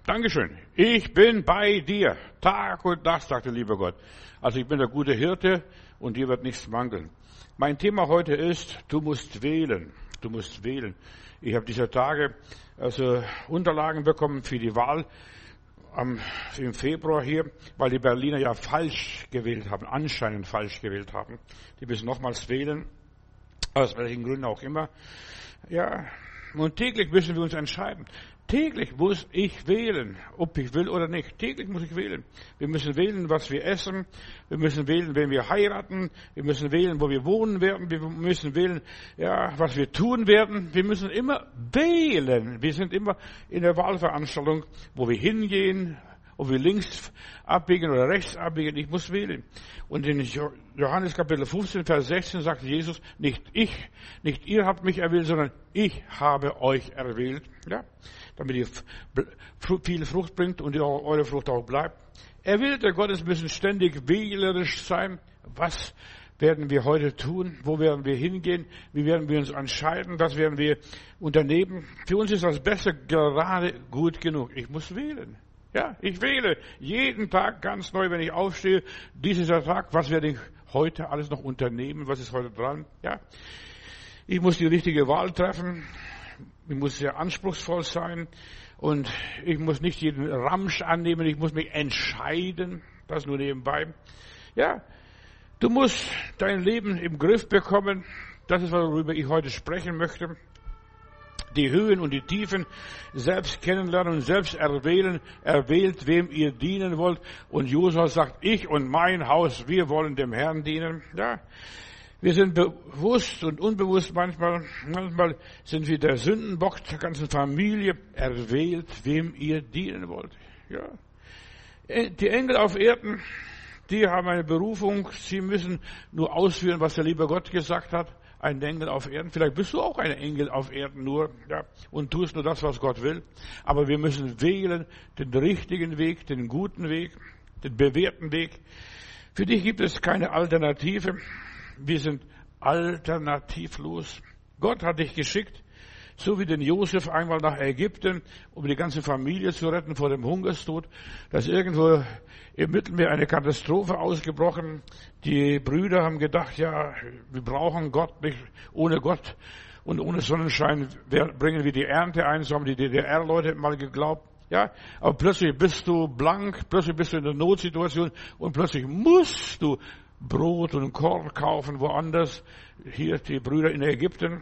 Dankeschön. Ich bin bei dir. Tag und Nacht, sagt der liebe Gott. Also ich bin der gute Hirte und dir wird nichts mangeln. Mein Thema heute ist, du musst wählen. Du musst wählen. Ich habe dieser Tage Unterlagen bekommen für die Wahl im Februar hier, weil die Berliner ja falsch gewählt haben, anscheinend falsch gewählt haben. Die müssen nochmals wählen, aus welchen Gründen auch immer. Ja, und täglich müssen wir uns entscheiden. Täglich muss ich wählen, ob ich will oder nicht. Täglich muss ich wählen. Wir müssen wählen, was wir essen. Wir müssen wählen, wenn wir heiraten. Wir müssen wählen, wo wir wohnen werden. Wir müssen wählen, ja, was wir tun werden. Wir müssen immer wählen. Wir sind immer in der Wahlveranstaltung, wo wir hingehen, ob wir links abbiegen oder rechts abbiegen. Ich muss wählen. Und in Johannes Kapitel 15, Vers 16 sagt Jesus, nicht ihr habt mich erwählt, sondern ich habe euch erwählt. Ja, damit ihr viel Frucht bringt und eure Frucht auch bleibt. Erwählte Gottes müssen ständig wählerisch sein. Was werden wir heute tun? Wo werden wir hingehen? Wie werden wir uns entscheiden? Was werden wir unternehmen? Für uns ist das Beste gerade gut genug. Ich muss wählen. Ja, ich wähle jeden Tag ganz neu, wenn ich aufstehe. Dies ist der Tag. Was werde ich heute alles noch unternehmen? Was ist heute dran? Ja, ich muss die richtige Wahl treffen. Ich muss sehr anspruchsvoll sein. Und ich muss nicht jeden Ramsch annehmen. Ich muss mich entscheiden. Das nur nebenbei. Ja, du musst dein Leben im Griff bekommen. Das ist, worüber ich heute sprechen möchte. Die Höhen und die Tiefen selbst kennenlernen und selbst erwählen. Erwählt, wem ihr dienen wollt. Und Josua sagt, ich und mein Haus, wir wollen dem Herrn dienen. Ja, wir sind bewusst und unbewusst manchmal sind wir der Sündenbock der ganzen Familie. Erwählt, wem ihr dienen wollt. Ja, die Engel auf Erden, die haben eine Berufung. Sie müssen nur ausführen, was der liebe Gott gesagt hat. Ein Engel auf Erden. Vielleicht bist du auch ein Engel auf Erden nur, ja, und tust nur das, was Gott will. Aber wir müssen wählen den richtigen Weg, den guten Weg, den bewährten Weg. Für dich gibt es keine Alternative. Wir sind alternativlos. Gott hat dich geschickt, so wie den Josef einmal nach Ägypten, um die ganze Familie zu retten vor dem Hungerstod. Da ist irgendwo im Mittelmeer eine Katastrophe ausgebrochen. Die Brüder haben gedacht, ja, wir brauchen Gott nicht. Ohne Gott und ohne Sonnenschein bringen wir die Ernte ein. So haben die DDR-Leute mal geglaubt. Ja, aber plötzlich bist du blank, plötzlich bist du in einer Notsituation und plötzlich musst du Brot und Korn kaufen woanders. Hier die Brüder in Ägypten,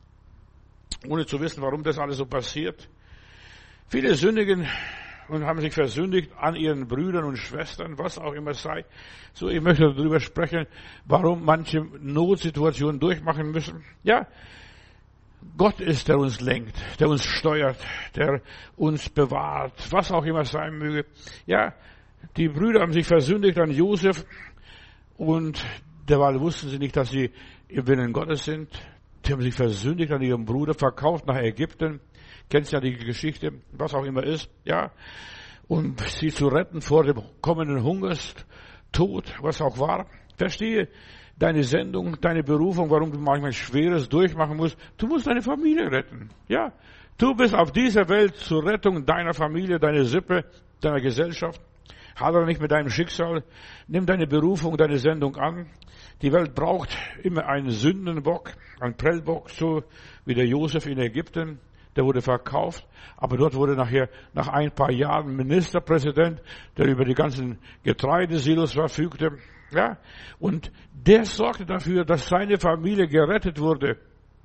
ohne zu wissen, warum das alles so passiert. Viele sündigen und haben sich versündigt an ihren Brüdern und Schwestern, was auch immer sei. So, ich möchte darüber sprechen, warum manche Notsituationen durchmachen müssen. Ja, Gott ist, der uns lenkt, der uns steuert, der uns bewahrt, was auch immer sein möge. Ja, die Brüder haben sich versündigt an Josef und derweil wussten sie nicht, dass sie im Willen Gottes sind. Die haben sich versündigt an ihrem Bruder, verkauft nach Ägypten. Kennst ja die Geschichte, was auch immer ist, ja. Und sie zu retten vor dem kommenden Hungerstod, was auch war. Verstehe deine Sendung, deine Berufung, warum du manchmal Schweres durchmachen musst. Du musst deine Familie retten, ja. Du bist auf dieser Welt zur Rettung deiner Familie, deiner Sippe, deiner Gesellschaft. Hadere nicht mit deinem Schicksal. Nimm deine Berufung, deine Sendung an. Die Welt braucht immer einen Sündenbock, einen Prellbock, so wie der Josef in Ägypten. Der wurde verkauft, aber dort wurde nachher, nach ein paar Jahren Ministerpräsident, der über die ganzen Getreidesilos verfügte. Ja, und der sorgte dafür, dass seine Familie gerettet wurde.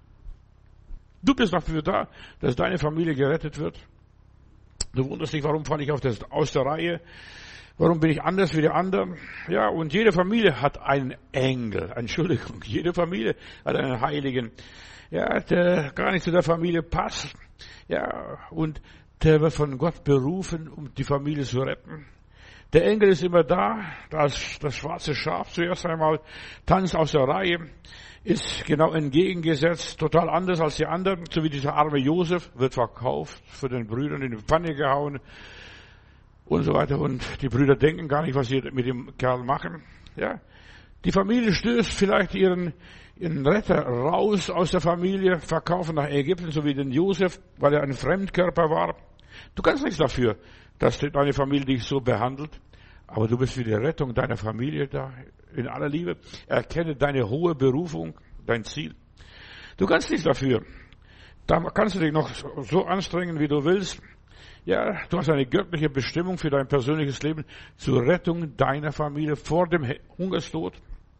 Du bist dafür da, dass deine Familie gerettet wird. Du wunderst dich, warum falle ich aus der Reihe? Warum bin ich anders wie die anderen? Ja, und jede Familie hat einen Engel. Entschuldigung, jede Familie hat einen Heiligen. Ja, der gar nicht zu der Familie passt. Ja, und der wird von Gott berufen, um die Familie zu retten. Der Engel ist immer da, das schwarze Schaf zuerst einmal, tanzt aus der Reihe, ist genau entgegengesetzt, total anders als die anderen, so wie dieser arme Josef, wird verkauft, für den Brüdern in die Pfanne gehauen und so weiter. Und die Brüder denken gar nicht, was sie mit dem Kerl machen. Ja, die Familie stößt vielleicht ihren Retter raus aus der Familie, verkaufen nach Ägypten, so wie den Josef, weil er ein Fremdkörper war. Du kannst nichts dafür. dass deine Familie dich so behandelt. Aber du bist für die Rettung deiner Familie da, in aller Liebe. Erkenne deine hohe Berufung, dein Ziel. Du kannst nichts dafür. Da kannst du dich noch so anstrengen, wie du willst. Ja, du hast eine göttliche Bestimmung für dein persönliches Leben zur Rettung deiner Familie vor dem Hungerstod.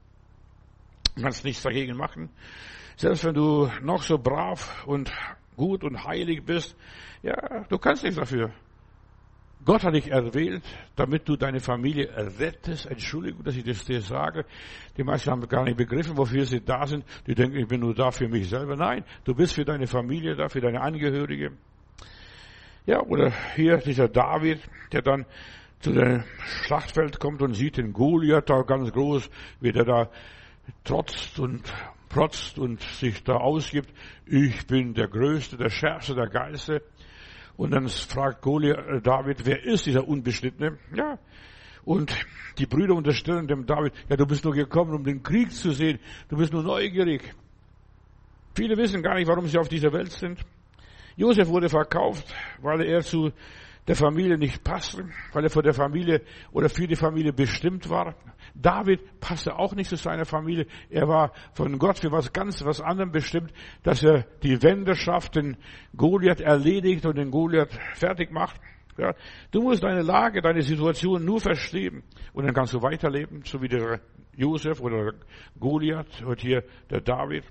Du kannst nichts dagegen machen. Selbst wenn du noch so brav und gut und heilig bist, ja, du kannst nichts dafür. Gott hat dich erwählt, damit du deine Familie rettest. Entschuldigung, dass ich das dir sage. Die meisten haben gar nicht begriffen, wofür sie da sind. Die denken, ich bin nur da für mich selber. Nein, du bist für deine Familie da, für deine Angehörige. Ja, oder hier dieser David, der dann zu dem Schlachtfeld kommt und sieht den Goliath da ganz groß, wie der da trotzt und protzt und sich da ausgibt. Ich bin der Größte, der Schärfste, der Geilste. Und dann fragt David, wer ist dieser Unbeschnittene? Ja. Und die Brüder unterstellen dem David, ja, du bist nur gekommen, um den Krieg zu sehen. Du bist nur neugierig. Viele wissen gar nicht, warum sie auf dieser Welt sind. Josef wurde verkauft, weil er zu der Familie nicht passte, weil er für der Familie oder für die Familie bestimmt war. David passte auch nicht zu seiner Familie. Er war von Gott für was anderem bestimmt, dass er die Wende schafft, den Goliath erledigt und den Goliath fertig macht. Ja, du musst deine Lage, deine Situation nur verstehen und dann kannst du weiterleben, so wie der Josef oder der Goliath und hier der David.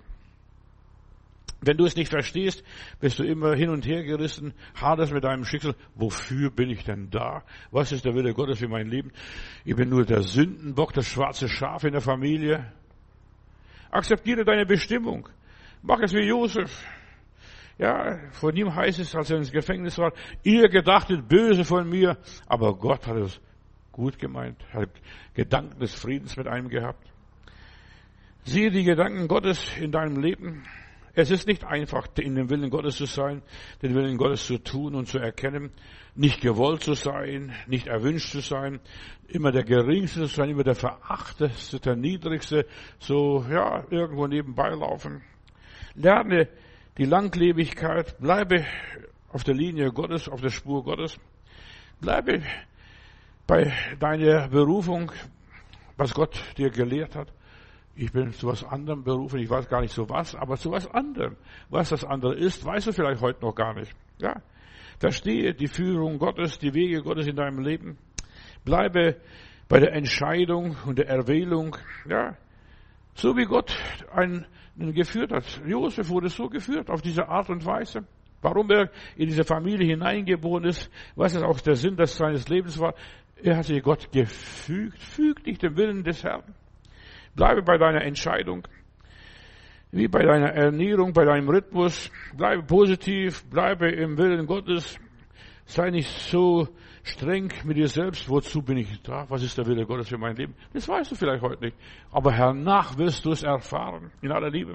Wenn du es nicht verstehst, bist du immer hin und her gerissen, haderst mit deinem Schicksal. Wofür bin ich denn da? Was ist der Wille Gottes für mein Leben? Ich bin nur der Sündenbock, das schwarze Schaf in der Familie. Akzeptiere deine Bestimmung. Mach es wie Josef. Ja, von ihm heißt es, als er ins Gefängnis war, ihr gedachtet böse von mir, aber Gott hat es gut gemeint, hat Gedanken des Friedens mit einem gehabt. Siehe die Gedanken Gottes in deinem Leben. Es ist nicht einfach, in dem Willen Gottes zu sein, den Willen Gottes zu tun und zu erkennen, nicht gewollt zu sein, nicht erwünscht zu sein, immer der Geringste zu sein, immer der Verachteste, der Niedrigste, so, ja, irgendwo nebenbei laufen. Lerne die Langlebigkeit, bleibe auf der Linie Gottes, auf der Spur Gottes, bleibe bei deiner Berufung, was Gott dir gelehrt hat. Ich bin zu was anderem berufen, ich weiß gar nicht zu was, aber zu was anderem. Was das andere ist, weißt du vielleicht heute noch gar nicht. Ja? Verstehe die Führung Gottes, die Wege Gottes in deinem Leben. Bleibe bei der Entscheidung und der Erwählung, ja. So wie Gott einen geführt hat. Josef wurde so geführt, auf diese Art und Weise. Warum er in diese Familie hineingeboren ist, was es auch der Sinn seines Lebens war. Er hat sich Gott gefügt. Füg dich dem Willen des Herrn. Bleibe bei deiner Entscheidung, wie bei deiner Ernährung, bei deinem Rhythmus. Bleibe positiv, bleibe im Willen Gottes. Sei nicht so streng mit dir selbst. Wozu bin ich da? Was ist der Wille Gottes für mein Leben? Das weißt du vielleicht heute nicht. Aber hernach wirst du es erfahren, in aller Liebe.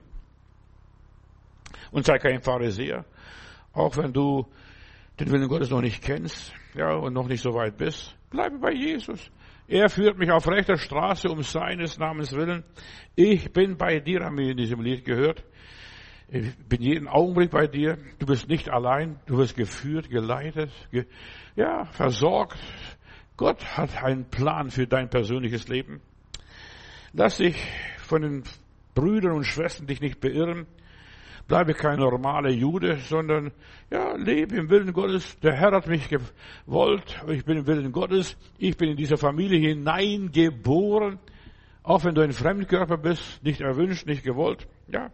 Und sei kein Pharisäer. Auch wenn du den Willen Gottes noch nicht kennst, ja, und noch nicht so weit bist. Bleibe bei Jesus. Er führt mich auf rechter Straße um seines Namens willen. Ich bin bei dir, haben wir in diesem Lied gehört. Ich bin jeden Augenblick bei dir. Du bist nicht allein. Du wirst geführt, geleitet, versorgt. Gott hat einen Plan für dein persönliches Leben. Lass dich von den Brüdern und Schwestern dich nicht beirren. Bleibe kein normaler Jude, sondern lebe im Willen Gottes. Der Herr hat mich gewollt. Ich bin im Willen Gottes. Ich bin in diese Familie hineingeboren. Auch wenn du ein Fremdkörper bist, nicht erwünscht, nicht gewollt. Ja.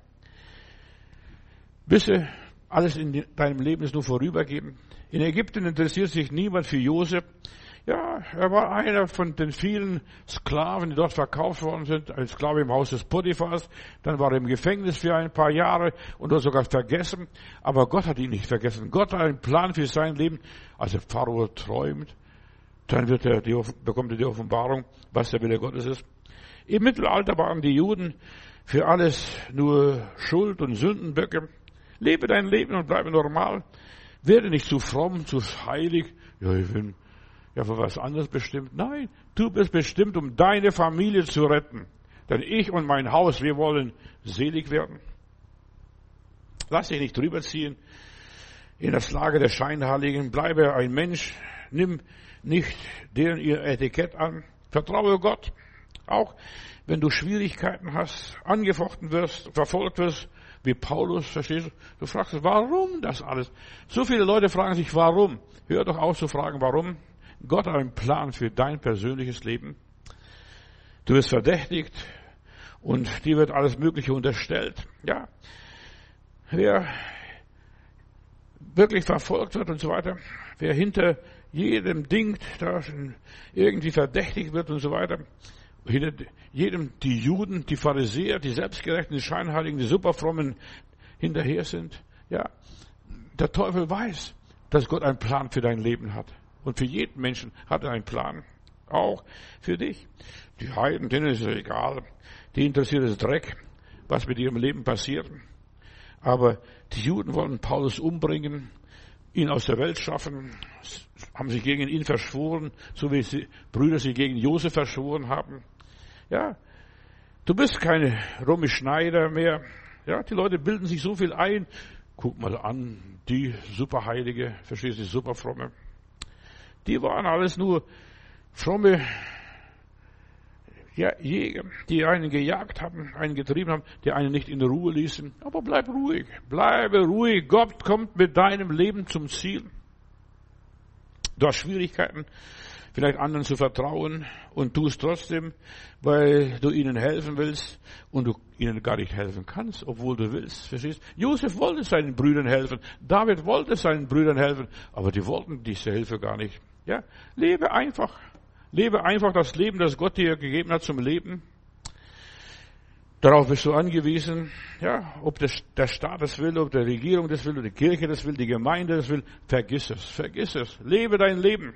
Wisse, alles in deinem Leben ist nur vorübergehend. In Ägypten interessiert sich niemand für Josef. Ja, er war einer von den vielen Sklaven, die dort verkauft worden sind. Ein Sklave im Haus des Potiphars. Dann war er im Gefängnis für ein paar Jahre und war sogar vergessen. Aber Gott hat ihn nicht vergessen. Gott hat einen Plan für sein Leben. Als der Pharao träumt, dann bekommt er die Offenbarung, was der Wille Gottes ist. Im Mittelalter waren die Juden für alles nur Schuld und Sündenböcke. Lebe dein Leben und bleibe normal. Werde nicht zu fromm, zu heilig. Ja, ich bin für was anderes bestimmt. Nein, du bist bestimmt, um deine Familie zu retten. Denn ich und mein Haus, wir wollen selig werden. Lass dich nicht drüber ziehen in das Lager der Scheinheiligen. Bleibe ein Mensch, Nimm nicht deren ihr Etikett an. Vertraue Gott. Auch wenn du Schwierigkeiten hast, angefochten wirst, verfolgt wirst, wie Paulus, verstehst du? Du fragst, warum das alles? So viele Leute fragen sich, warum? Hör doch auf zu fragen, warum. Gott hat einen Plan für dein persönliches Leben. Du wirst verdächtigt und dir wird alles Mögliche unterstellt. Ja, wer wirklich verfolgt wird und so weiter, wer hinter jedem Ding da irgendwie verdächtigt wird und so weiter, hinter jedem die Juden, die Pharisäer, die Selbstgerechten, die Scheinheiligen, die Superfrommen hinterher sind. Ja, der Teufel weiß, dass Gott einen Plan für dein Leben hat. Und für jeden Menschen hat er einen Plan. Auch für dich. Die Heiden, denen ist es egal. Die interessiert es Dreck, was mit ihrem Leben passiert. Aber die Juden wollen Paulus umbringen, ihn aus der Welt schaffen, haben sich gegen ihn verschworen, so wie die Brüder sich gegen Josef verschworen haben. Ja, du bist keine Romy Schneider mehr. Ja, die Leute bilden sich so viel ein. Guck mal an, die Superheilige, verstehst du, die Superfromme. Die waren alles nur fromme Jäger, die einen gejagt haben, einen getrieben haben, die einen nicht in Ruhe ließen. Aber bleib ruhig, bleibe ruhig. Gott kommt mit deinem Leben zum Ziel. Du hast Schwierigkeiten, vielleicht anderen zu vertrauen und tust trotzdem, weil du ihnen helfen willst und du ihnen gar nicht helfen kannst, obwohl du willst. Verstehst? Josef wollte seinen Brüdern helfen, David wollte seinen Brüdern helfen, aber die wollten diese Hilfe gar nicht. Ja, lebe einfach das Leben, das Gott dir gegeben hat zum Leben. Darauf bist du angewiesen, ja, ob der Staat das will, ob die Regierung das will, ob die Kirche das will, die Gemeinde das will. Vergiss es. Lebe dein Leben.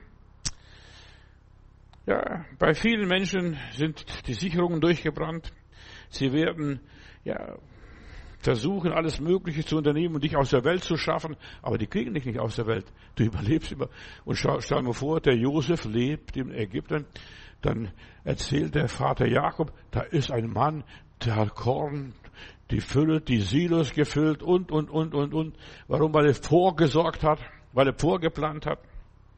Ja, bei vielen Menschen sind die Sicherungen durchgebrannt. Sie werden, ja, versuchen, alles Mögliche zu unternehmen und dich aus der Welt zu schaffen, aber die kriegen dich nicht aus der Welt. Du überlebst immer. Und stell mir vor, der Josef lebt in Ägypten, dann erzählt der Vater Jakob, da ist ein Mann, der hat Korn, die Fülle, die Silos gefüllt und. Warum? Weil er vorgesorgt hat, weil er vorgeplant hat.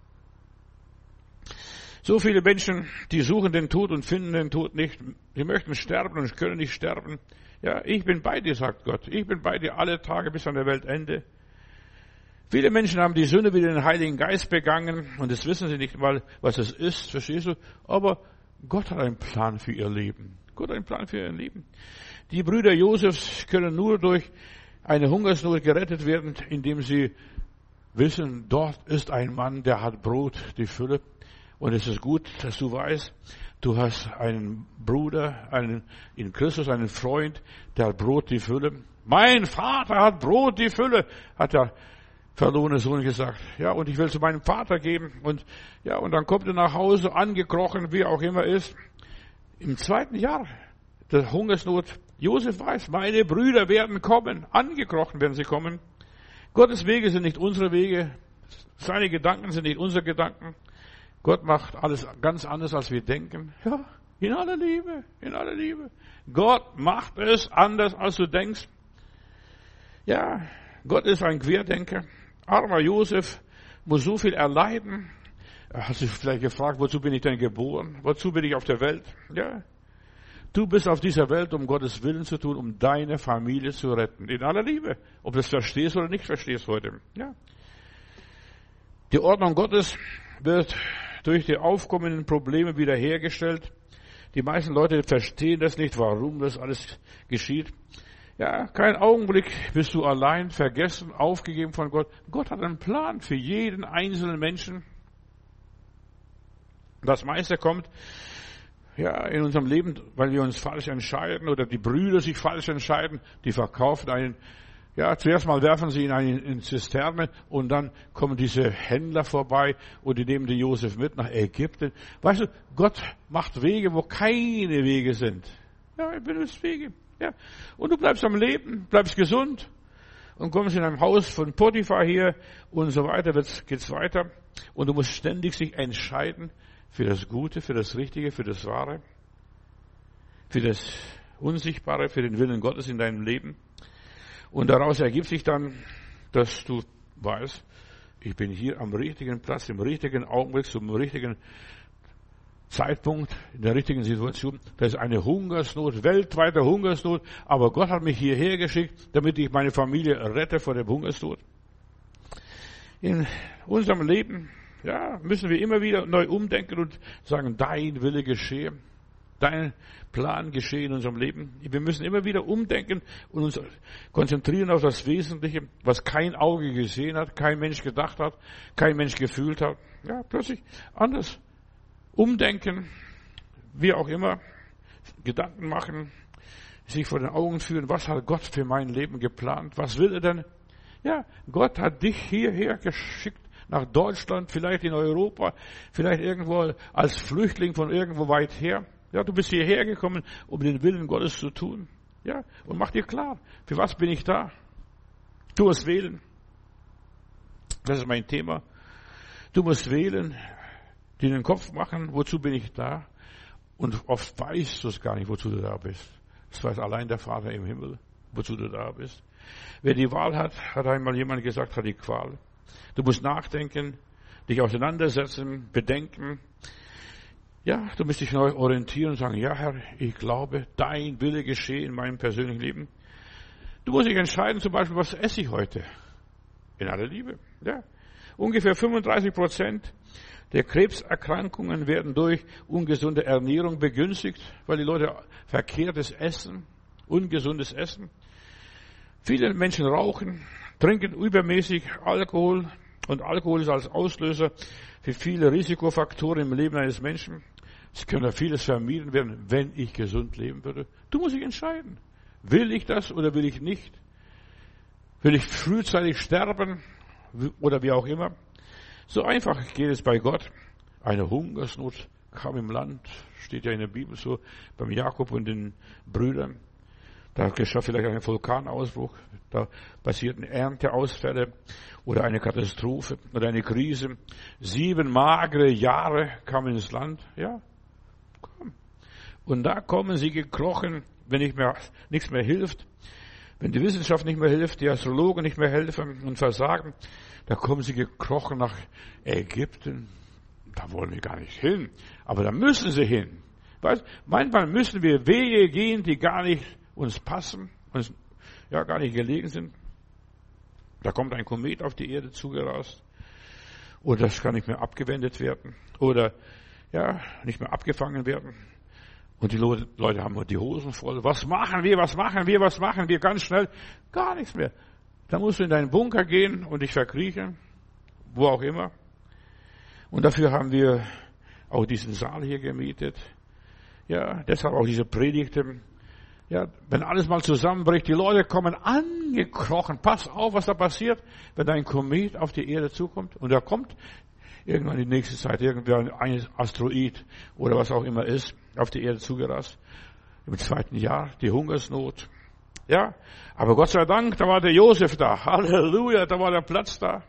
So viele Menschen, die suchen den Tod und finden den Tod nicht. Sie möchten sterben und können nicht sterben. Ja, ich bin bei dir, sagt Gott. Ich bin bei dir alle Tage bis an der Weltende. Viele Menschen haben die Sünde wie den Heiligen Geist begangen und das wissen sie nicht mal, was es ist, verstehst du? Aber Gott hat einen Plan für ihr Leben. Gott hat einen Plan für ihr Leben. Die Brüder Josefs können nur durch eine Hungersnot gerettet werden, indem sie wissen, dort ist ein Mann, der hat Brot, die Fülle. Und es ist gut, dass du weißt, du hast einen Bruder, in Christus, einen Freund, der hat Brot, die Fülle. Mein Vater hat Brot, die Fülle, hat der verlorene Sohn gesagt. Ja, und ich will zu meinem Vater geben. Und ja, und dann kommt er nach Hause, angekrochen, wie auch immer ist. Im 2. Jahr der Hungersnot, Josef weiß, meine Brüder werden kommen, angekrochen werden sie kommen. Gottes Wege sind nicht unsere Wege, seine Gedanken sind nicht unsere Gedanken. Gott macht alles ganz anders, als wir denken. Ja, in aller Liebe, in aller Liebe. Gott macht es anders, als du denkst. Ja, Gott ist ein Querdenker. Armer Josef muss so viel erleiden. Er hat sich vielleicht gefragt, wozu bin ich denn geboren? Wozu bin ich auf der Welt? Ja, du bist auf dieser Welt, um Gottes Willen zu tun, um deine Familie zu retten. In aller Liebe. Ob du es verstehst oder nicht verstehst heute. Ja. Die Ordnung Gottes wird durch die aufkommenden Probleme wiederhergestellt. Die meisten Leute verstehen das nicht, warum das alles geschieht. Ja, kein Augenblick bist du allein, vergessen, aufgegeben von Gott. Gott hat einen Plan für jeden einzelnen Menschen. Das meiste kommt ja in unserem Leben, weil wir uns falsch entscheiden oder die Brüder sich falsch entscheiden. Die verkaufen einen. Ja, zuerst mal werfen sie ihn in Zisterne und dann kommen diese Händler vorbei und die nehmen den Josef mit nach Ägypten. Weißt du, Gott macht Wege, wo keine Wege sind. Ja, er benutzt Wege. Ja. Und du bleibst am Leben, bleibst gesund und kommst in einem Haus von Potiphar hier und so weiter, geht's weiter. Und du musst ständig sich entscheiden für das Gute, für das Richtige, für das Wahre, für das Unsichtbare, für den Willen Gottes in deinem Leben. Und daraus ergibt sich dann, dass du weißt, Ich bin hier am richtigen Platz, im richtigen Augenblick, zum richtigen Zeitpunkt, in der richtigen Situation. Das ist eine Hungersnot, weltweite Hungersnot. Aber Gott hat mich hierher geschickt, damit ich meine Familie rette vor dem Hungersnot. In unserem Leben, ja, müssen wir immer wieder neu umdenken und sagen, dein Wille geschehe. Dein Plan geschehe in unserem Leben. Wir müssen immer wieder umdenken und uns konzentrieren auf das Wesentliche, was kein Auge gesehen hat, kein Mensch gedacht hat, kein Mensch gefühlt hat. Ja, plötzlich anders. Umdenken, wie auch immer, Gedanken machen, sich vor den Augen führen, was hat Gott für mein Leben geplant? Was will er denn? Ja, Gott hat dich hierher geschickt, nach Deutschland, vielleicht in Europa, vielleicht irgendwo als Flüchtling von irgendwo weit her. Ja, du bist hierher gekommen, um den Willen Gottes zu tun. Ja, und mach dir klar, für was bin ich da? Du musst wählen. Das ist mein Thema. Du musst wählen, dir den Kopf machen, wozu bin ich da? Und oft weißt du es gar nicht, wozu du da bist. Das weiß allein der Vater im Himmel, wozu du da bist. Wer die Wahl hat, hat einmal jemand gesagt, hat die Qual. Du musst nachdenken, dich auseinandersetzen, bedenken. Ja, du musst dich neu orientieren und sagen, ja Herr, ich glaube, dein Wille geschehe in meinem persönlichen Leben. Du musst dich entscheiden, zum Beispiel, was esse ich heute? In aller Liebe. Ja. Ungefähr 35% der Krebserkrankungen werden durch ungesunde Ernährung begünstigt, weil die Leute verkehrtes Essen, ungesundes Essen. Viele Menschen rauchen, trinken übermäßig Alkohol und Alkohol ist als Auslöser für viele Risikofaktoren im Leben eines Menschen. Es könnte vieles vermieden werden, wenn ich gesund leben würde. Du musst dich entscheiden. Will ich das oder will ich nicht? Will ich frühzeitig sterben oder wie auch immer? So einfach geht es bei Gott. Eine Hungersnot kam im Land, steht ja in der Bibel so, beim Jakob und den Brüdern. Da geschah vielleicht ein Vulkanausbruch, da passierten Ernteausfälle oder eine Katastrophe oder eine Krise. 7 magere Jahre kamen ins Land, ja, komm. Und da kommen sie gekrochen, wenn nichts mehr hilft, wenn die Wissenschaft nicht mehr hilft, die Astrologen nicht mehr helfen und versagen, da kommen sie gekrochen nach Ägypten. Da wollen wir gar nicht hin, aber da müssen sie hin. Weißt, manchmal müssen wir Wege gehen, die gar nicht uns passen, uns ja gar nicht gelegen sind. Da kommt ein Komet auf die Erde zugerast. Oder das kann nicht mehr abgewendet werden. Oder ja, nicht mehr abgefangen werden. Und die Leute haben die Hosen voll. Was machen wir? Was machen wir? Was machen wir? Ganz schnell. Gar nichts mehr. Da musst du in deinen Bunker gehen und dich verkriechen. Wo auch immer. Und dafür haben wir auch diesen Saal hier gemietet. Ja, deshalb auch diese Predigten. Ja, wenn alles mal zusammenbricht, die Leute kommen angekrochen. Pass auf, was da passiert, wenn ein Komet auf die Erde zukommt. Und da kommt irgendwann in die nächste Zeit irgendwann ein Asteroid oder was auch immer ist, auf die Erde zugerast. Im 2. Jahr, die Hungersnot. Ja, aber Gott sei Dank, da war der Josef da. Halleluja, da war der Platz da.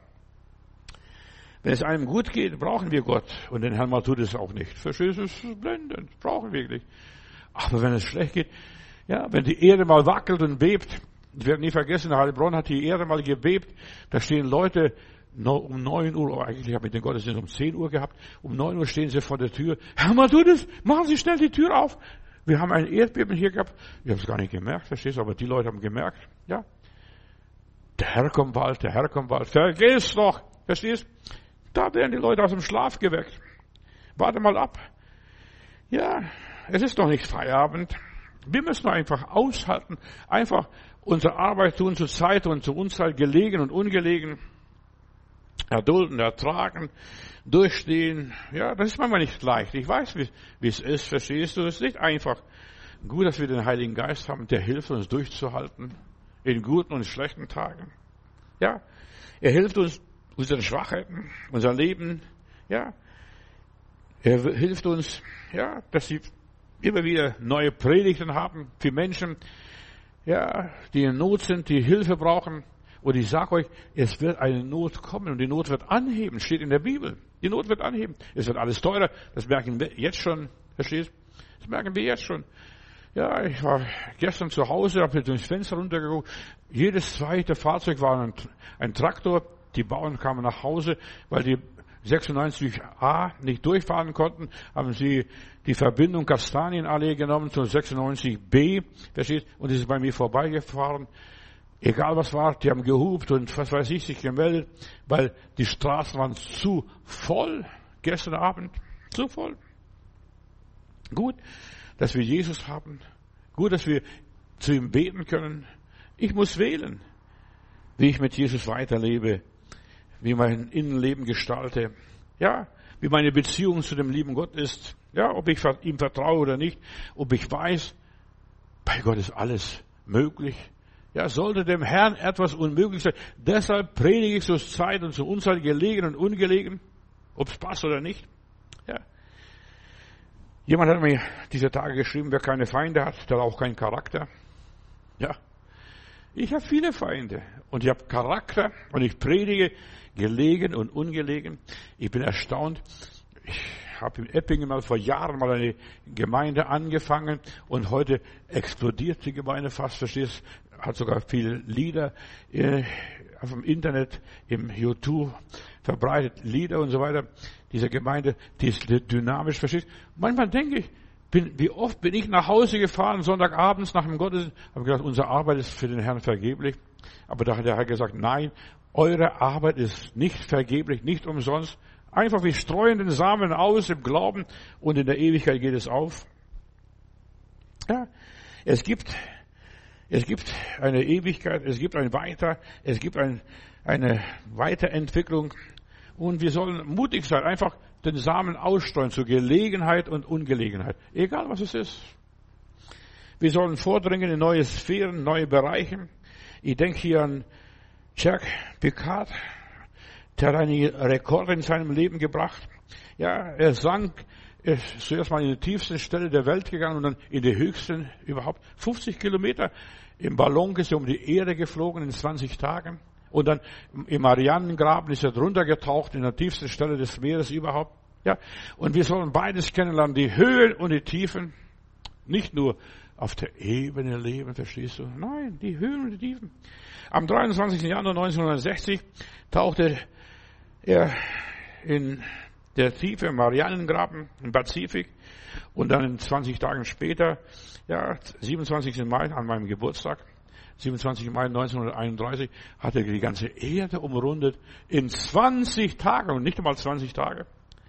Wenn es einem gut geht, brauchen wir Gott. Und den Herrn mal tut es auch nicht. Verstehst du, es ist blendend. Brauchen wir nicht. Aber wenn es schlecht geht, ja, wenn die Erde mal wackelt und bebt, ich werde nie vergessen, Heilbronn hat die Erde mal gebebt, da stehen Leute um 9 Uhr, eigentlich habe ich den Gottesdienst um 10 Uhr gehabt, um 9 Uhr stehen sie vor der Tür. Herr, mal tut es, machen Sie schnell die Tür auf. Wir haben ein Erdbeben hier gehabt. Ich habe es gar nicht gemerkt, verstehst du, aber die Leute haben gemerkt, ja. Der Herr kommt bald, der Herr kommt bald. Vergiss doch, verstehst du? Da werden die Leute aus dem Schlaf geweckt. Warte mal ab. Ja, es ist noch nicht Feierabend. Wir müssen einfach aushalten, einfach unsere Arbeit tun zur Zeit und zur Unzeit, gelegen und ungelegen, erdulden, ertragen, durchstehen. Ja, das ist manchmal nicht leicht. Ich weiß, wie es ist, verstehst du? Es ist nicht einfach. Gut, dass wir den Heiligen Geist haben, der hilft uns durchzuhalten, in guten und schlechten Tagen. Ja, er hilft uns, unseren Schwachheiten, unser Leben, ja. Er hilft uns, ja, dass sie immer wieder neue Predigten haben für Menschen, ja, die in Not sind, die Hilfe brauchen. Und ich sage euch, es wird eine Not kommen und die Not wird anheben, steht in der Bibel. Die Not wird anheben. Es wird alles teurer, das merken wir jetzt schon, verstehst? Das merken wir jetzt schon. Ja, ich war gestern zu Hause, habe durchs Fenster runtergeguckt. Jedes zweite Fahrzeug war ein Traktor. Die Bauern kamen nach Hause, weil die 96a nicht durchfahren konnten, haben sie die Verbindung Kastanienallee genommen zur 96b, versteht? Und es ist bei mir vorbeigefahren. Egal was war, die haben gehupt und was weiß ich, sich gemeldet, weil die Straßen waren zu voll gestern Abend. Zu voll. Gut, dass wir Jesus haben. Gut, dass wir zu ihm beten können. Ich muss wählen, wie ich mit Jesus weiterlebe, wie mein Innenleben gestalte. Ja, wie meine Beziehung zu dem lieben Gott ist. Ja, ob ich ihm vertraue oder nicht. Ob ich weiß, bei Gott ist alles möglich. Ja, sollte dem Herrn etwas unmöglich sein. Deshalb predige ich zur Zeit und zur Unzeit gelegen und ungelegen. Ob es passt oder nicht. Ja. Jemand hat mir diese Tage geschrieben, wer keine Feinde hat, der hat auch keinen Charakter. Ja. Ich habe viele Feinde und ich habe Charakter und ich predige gelegen und ungelegen. Ich bin erstaunt. Ich habe in Eppingen mal vor Jahren mal eine Gemeinde angefangen und heute explodiert die Gemeinde fast, verstehst? Hat sogar viele Lieder auf dem Internet, im YouTube verbreitet, Lieder und so weiter. Diese Gemeinde, die ist dynamisch, verstehst? Manchmal denke ich, wie oft bin ich nach Hause gefahren, Sonntagabends nach dem Gottesdienst, habe gedacht, unsere Arbeit ist für den Herrn vergeblich. Aber da hat der Herr gesagt, nein, eure Arbeit ist nicht vergeblich, nicht umsonst. Einfach, wir streuen den Samen aus im Glauben und in der Ewigkeit geht es auf. Ja, es gibt eine Ewigkeit, es gibt ein Weiter, es gibt eine Weiterentwicklung und wir sollen mutig sein, einfach den Samen ausstreuen zur Gelegenheit und Ungelegenheit, egal was es ist. Wir sollen vordringen in neue Sphären, neue Bereiche. Ich denke hier an Jack Picard, der hat einen Rekord in seinem Leben gebracht. Ja, er ist zuerst mal in die tiefste Stelle der Welt gegangen und dann in die höchsten überhaupt. 50 Kilometer im Ballon ist er um die Erde geflogen in 20 Tagen. Und dann im Marianengraben ist er drunter getaucht in der tiefsten Stelle des Meeres überhaupt. Ja, und wir sollen beides kennenlernen, die Höhen und die Tiefen. Nicht nur auf der Ebene leben, verstehst du? Nein, die Höhen und die Tiefen. Am 23. Januar 1960 tauchte er in der Tiefe im Marianengraben im Pazifik und dann 20 Tagen später, ja, 27. Mai an meinem Geburtstag, 27. Mai 1931, hat er die ganze Erde umrundet in 20 Tagen und nicht einmal 20 Tage.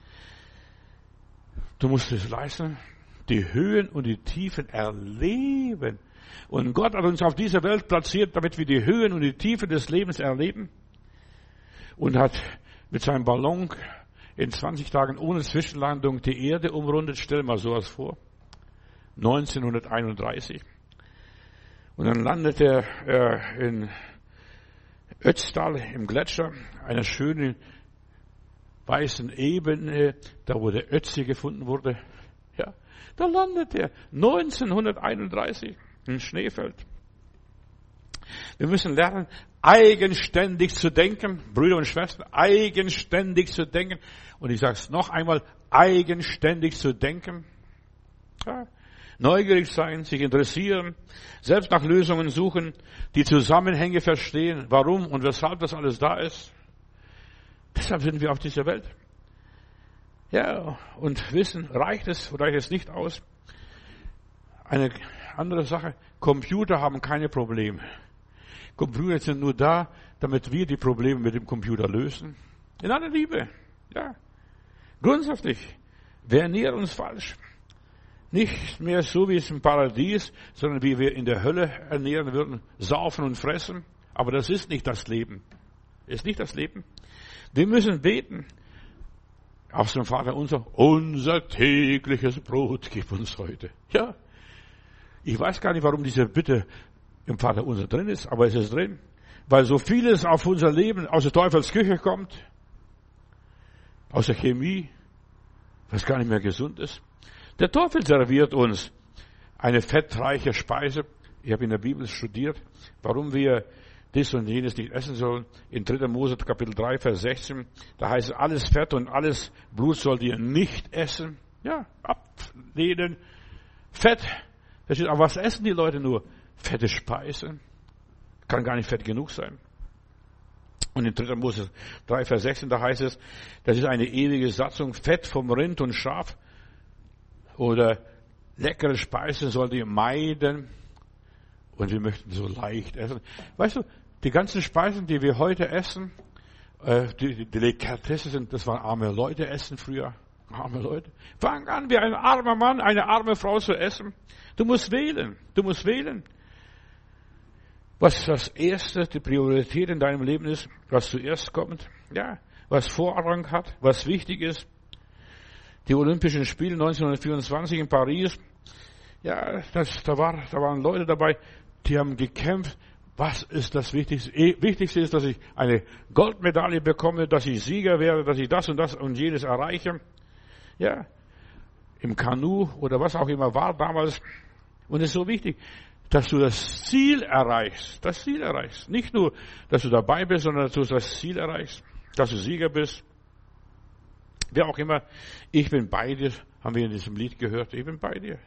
Du musst es leisten, die Höhen und die Tiefen erleben. Und Gott hat uns auf dieser Welt platziert, damit wir die Höhen und die Tiefen des Lebens erleben. Und hat mit seinem Ballon in 20 Tagen ohne Zwischenlandung die Erde umrundet. Stell mal sowas vor. 1931. Und dann landet er in Ötztal im Gletscher, einer schönen weißen Ebene, da wo der Ötzi gefunden wurde. Ja, da landet er 1931 in Schneefeld. Wir müssen lernen, eigenständig zu denken, Brüder und Schwestern, eigenständig zu denken. Und ich sage es noch einmal, eigenständig zu denken. Ja, neugierig sein, sich interessieren, selbst nach Lösungen suchen, die Zusammenhänge verstehen, warum und weshalb das alles da ist. Deshalb sind wir auf dieser Welt. Ja, und Wissen, reicht es oder reicht es nicht aus? Eine andere Sache, Computer haben keine Probleme. Computer sind nur da, damit wir die Probleme mit dem Computer lösen. In aller Liebe, ja. Grundsätzlich, wir ernähren uns falsch. Nicht mehr so wie es im Paradies, sondern wie wir in der Hölle ernähren würden, saufen und fressen. Aber das ist nicht das Leben. Ist nicht das Leben. Wir müssen beten. Aus dem Vater unser tägliches Brot gib uns heute. Ja. Ich weiß gar nicht, warum diese Bitte im Vater unser drin ist, aber es ist drin. Weil so vieles auf unser Leben aus der Teufelsküche kommt. Aus der Chemie. Was gar nicht mehr gesund ist. Der Teufel serviert uns eine fettreiche Speise. Ich habe in der Bibel studiert, warum wir dies und jenes nicht essen sollen. In 3. Mose Kapitel 3, Vers 16, da heißt es, alles Fett und alles Blut sollt ihr nicht essen. Ja, ablehnen. Fett. Aber was essen die Leute nur? Fette Speise. Kann gar nicht fett genug sein. Und in 3. Mose 3, Vers 16, da heißt es, das ist eine ewige Satzung, Fett vom Rind und Schaf oder leckere Speisen sollt ihr meiden. Und wir möchten so leicht essen. Weißt du, die ganzen Speisen, die wir heute essen, die Delikatessen sind, das waren arme Leute essen früher. Arme Leute. Fang an, wie ein armer Mann, eine arme Frau zu essen. Du musst wählen. Du musst wählen. Was das Erste, die Priorität in deinem Leben ist, was zuerst kommt, ja, was Vorrang hat, was wichtig ist. Die Olympischen Spiele 1924 in Paris, ja, da waren Leute dabei, die haben gekämpft. Was ist das Wichtigste? Wichtigste ist, dass ich eine Goldmedaille bekomme, dass ich Sieger werde, dass ich das und jenes erreiche. Ja, im Kanu oder was auch immer war damals. Und es ist so wichtig, dass du das Ziel erreichst. Das Ziel erreichst. Nicht nur, dass du dabei bist, sondern dass du das Ziel erreichst. Dass du Sieger bist. Wer auch immer, ich bin bei dir, haben wir in diesem Lied gehört. Ich bin bei dir.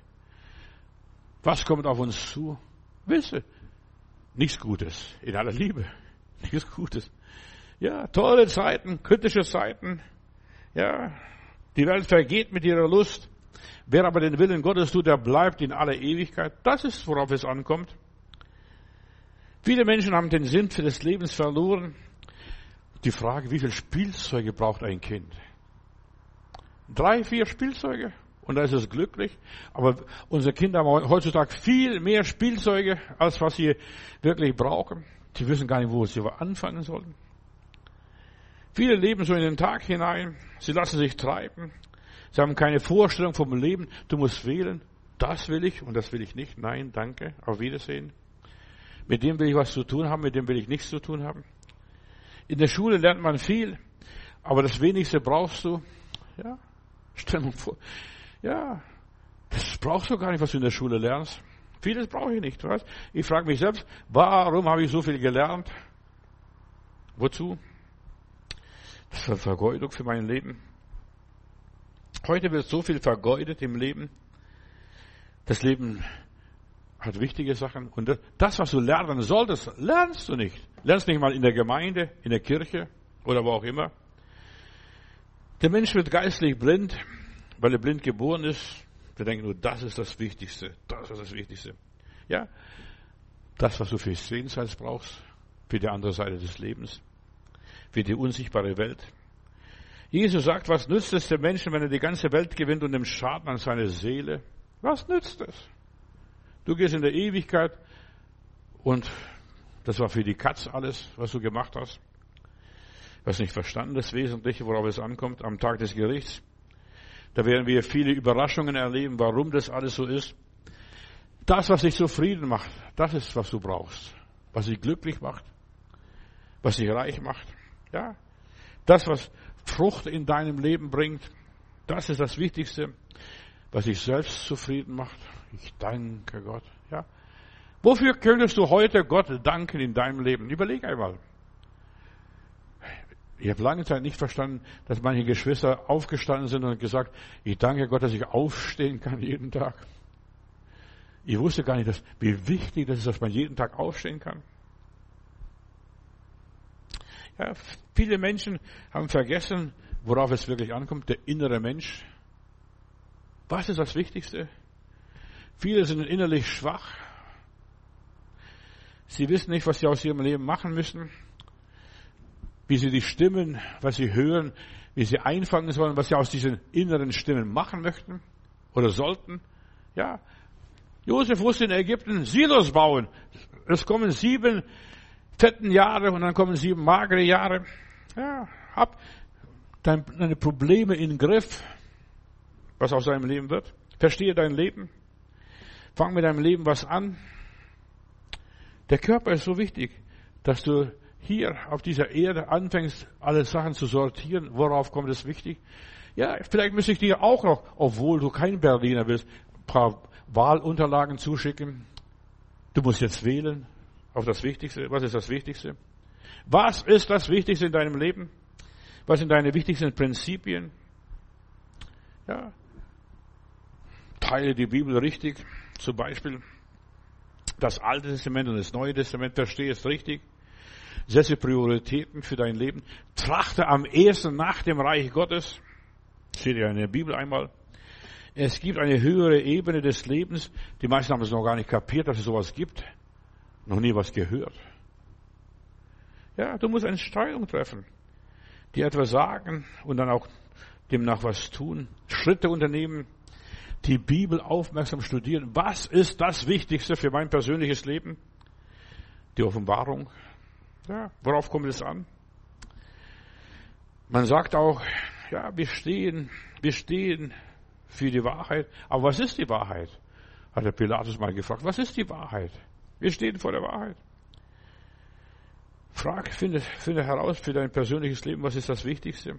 Was kommt auf uns zu? Wisse. Nichts Gutes. In aller Liebe. Nichts Gutes. Ja, tolle Zeiten, kritische Zeiten. Ja, die Welt vergeht mit ihrer Lust. Wer aber den Willen Gottes tut, der bleibt in aller Ewigkeit. Das ist, worauf es ankommt. Viele Menschen haben den Sinn für des Lebens verloren. Die Frage, wie viel Spielzeuge braucht ein Kind? 3, 4 Spielzeuge und da ist es glücklich. Aber unsere Kinder haben heutzutage viel mehr Spielzeuge, als was sie wirklich brauchen. Sie wissen gar nicht, wo sie anfangen sollen. Viele leben so in den Tag hinein. Sie lassen sich treiben. Sie haben keine Vorstellung vom Leben. Du musst wählen. Das will ich und das will ich nicht. Nein, danke. Auf Wiedersehen. Mit dem will ich was zu tun haben, mit dem will ich nichts zu tun haben. In der Schule lernt man viel, aber das Wenigste brauchst du. Ja, stell dir vor. Ja, das brauchst du gar nicht, was du in der Schule lernst. Vieles brauche ich nicht. Weißt? Ich frage mich selbst, warum habe ich so viel gelernt? Wozu? Das ist eine Vergeudung für mein Leben. Heute wird so viel vergeudet im Leben. Das Leben hat wichtige Sachen. Und das, was du lernen solltest, lernst du nicht. Lernst nicht mal in der Gemeinde, in der Kirche oder wo auch immer. Der Mensch wird geistlich blind, weil er blind geboren ist. Wir denken nur, das ist das Wichtigste. Das ist das Wichtigste. Ja, das, was du für Jenseits brauchst, für die andere Seite des Lebens, für die unsichtbare Welt. Jesus sagt, was nützt es dem Menschen, wenn er die ganze Welt gewinnt und dem Schaden an seine Seele? Was nützt es? Du gehst in der Ewigkeit und das war für die Katz alles, was du gemacht hast. Du hast nicht verstanden, das Wesentliche, worauf es ankommt, am Tag des Gerichts. Da werden wir viele Überraschungen erleben, warum das alles so ist. Das, was dich zufrieden macht, das ist, was du brauchst. Was dich glücklich macht, was dich reich macht. Ja, das, was Frucht in deinem Leben bringt, das ist das Wichtigste, was dich selbst zufrieden macht. Ich danke Gott. Ja. Wofür könntest du heute Gott danken in deinem Leben? Überleg einmal. Ich habe lange Zeit nicht verstanden, dass manche Geschwister aufgestanden sind und gesagt, ich danke Gott, dass ich aufstehen kann jeden Tag. Ich wusste gar nicht, wie wichtig das ist, dass man jeden Tag aufstehen kann. Ja, viele Menschen haben vergessen, worauf es wirklich ankommt, der innere Mensch. Was ist das Wichtigste? Viele sind innerlich schwach. Sie wissen nicht, was sie aus ihrem Leben machen müssen, wie sie die Stimmen, was sie hören, wie sie einfangen sollen, was sie aus diesen inneren Stimmen machen möchten oder sollten. Ja, Josef musste in Ägypten Silos bauen. Es kommen 7 fetten Jahre und dann kommen 7 magere Jahre. Ja, hab deine Probleme in den Griff, was aus deinem Leben wird. Verstehe dein Leben. Fang mit deinem Leben was an. Der Körper ist so wichtig, dass du hier auf dieser Erde anfängst, alle Sachen zu sortieren. Worauf kommt es wichtig? Ja, vielleicht müsste ich dir auch noch, obwohl du kein Berliner bist, ein paar Wahlunterlagen zuschicken. Du musst jetzt wählen auf das Wichtigste. Was ist das Wichtigste? Was ist das Wichtigste in deinem Leben? Was sind deine wichtigsten Prinzipien? Ja. Teile die Bibel richtig. Zum Beispiel das Alte Testament und das Neue Testament. Verstehe es richtig. Setze Prioritäten für dein Leben. Trachte am ehesten nach dem Reich Gottes. Steht ja in der Bibel einmal. Es gibt eine höhere Ebene des Lebens. Die meisten haben es noch gar nicht kapiert, dass es sowas gibt. Noch nie was gehört. Ja, du musst eine Entscheidung treffen. Die etwas sagen und dann auch demnach was tun. Schritte unternehmen. Die Bibel aufmerksam studieren. Was ist das Wichtigste für mein persönliches Leben? Die Offenbarung. Ja, worauf kommt es an? Man sagt auch, ja, wir stehen für die Wahrheit. Aber was ist die Wahrheit? Hat der Pilatus mal gefragt. Was ist die Wahrheit? Wir stehen vor der Wahrheit. Finde heraus für dein persönliches Leben, was ist das Wichtigste?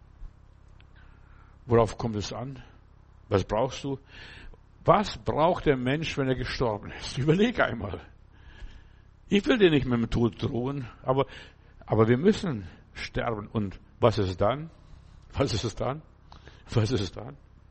Worauf kommt es an? Was brauchst du? Was braucht der Mensch, wenn er gestorben ist? Überleg einmal. Ich will dir nicht mit dem Tod drohen, aber wir müssen sterben. Und was ist dann? Was ist es dann? Was ist es dann?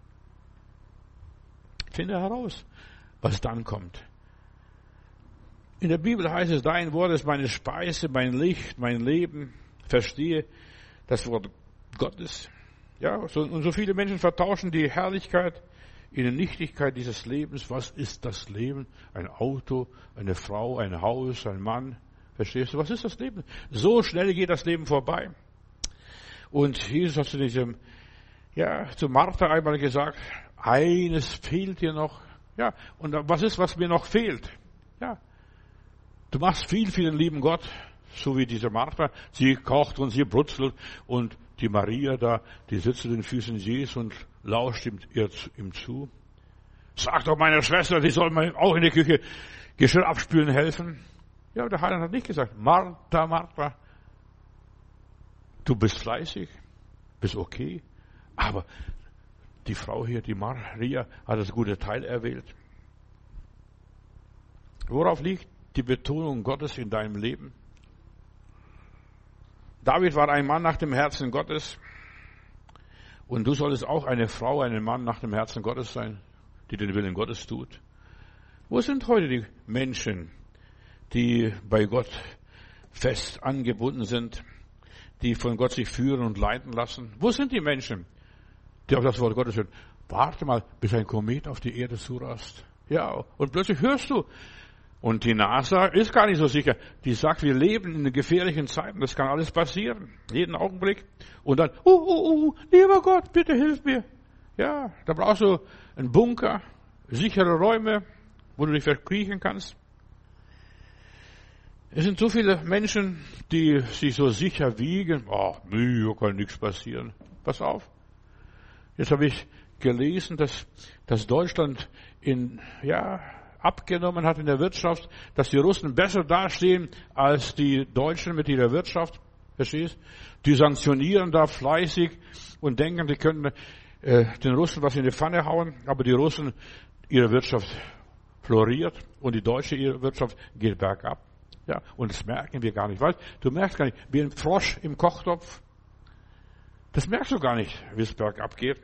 Finde heraus, was dann kommt. In der Bibel heißt es, dein Wort ist meine Speise, mein Licht, mein Leben. Verstehe das Wort Gottes. Ja, und so viele Menschen vertauschen die Herrlichkeit in die Nichtigkeit dieses Lebens. Was ist das Leben? Ein Auto, eine Frau, ein Haus, ein Mann. Verstehst du? Was ist das Leben? So schnell geht das Leben vorbei. Und Jesus hat zu Martha einmal gesagt, eines fehlt dir noch. Ja, und was ist, was mir noch fehlt? Ja, du machst viel für den lieben Gott, so wie diese Martha. Sie kocht und sie brutzelt und die Maria da, die sitzt zu den Füßen Jesu und lauscht ihm zu. Sag doch meiner Schwester, die soll mir auch in der Küche Geschirr abspülen helfen. Ja, aber der Heiland hat nicht gesagt, Martha, Martha, du bist fleißig, bist okay, aber die Frau hier, die Maria, hat das gute Teil erwählt. Worauf liegt die Betonung Gottes in deinem Leben? David war ein Mann nach dem Herzen Gottes. Und du solltest auch eine Frau, ein Mann nach dem Herzen Gottes sein, die den Willen Gottes tut. Wo sind heute die Menschen, die bei Gott fest angebunden sind, die von Gott sich führen und leiten lassen? Wo sind die Menschen, die auf das Wort Gottes hören? Warte mal, bis ein Komet auf die Erde zurast. Ja, und plötzlich hörst du. Und die NASA ist gar nicht so sicher. Die sagt, wir leben in gefährlichen Zeiten. Das kann alles passieren. Jeden Augenblick. Und dann, lieber Gott, bitte hilf mir. Ja, da brauchst du einen Bunker, sichere Räume, wo du dich verkriechen kannst. Es sind so viele Menschen, die sich so sicher wiegen. Mir kann nichts passieren. Pass auf. Jetzt habe ich gelesen, dass Deutschland abgenommen hat in der Wirtschaft, dass die Russen besser dastehen als die Deutschen mit ihrer Wirtschaft. Verstehst? Die sanktionieren da fleißig und denken, die können den Russen was in die Pfanne hauen, aber die Russen, ihre Wirtschaft floriert und die deutsche ihre Wirtschaft geht bergab. Ja, und das merken wir gar nicht. Weißt, du merkst gar nicht, wie ein Frosch im Kochtopf. Das merkst du gar nicht, wie es bergab geht,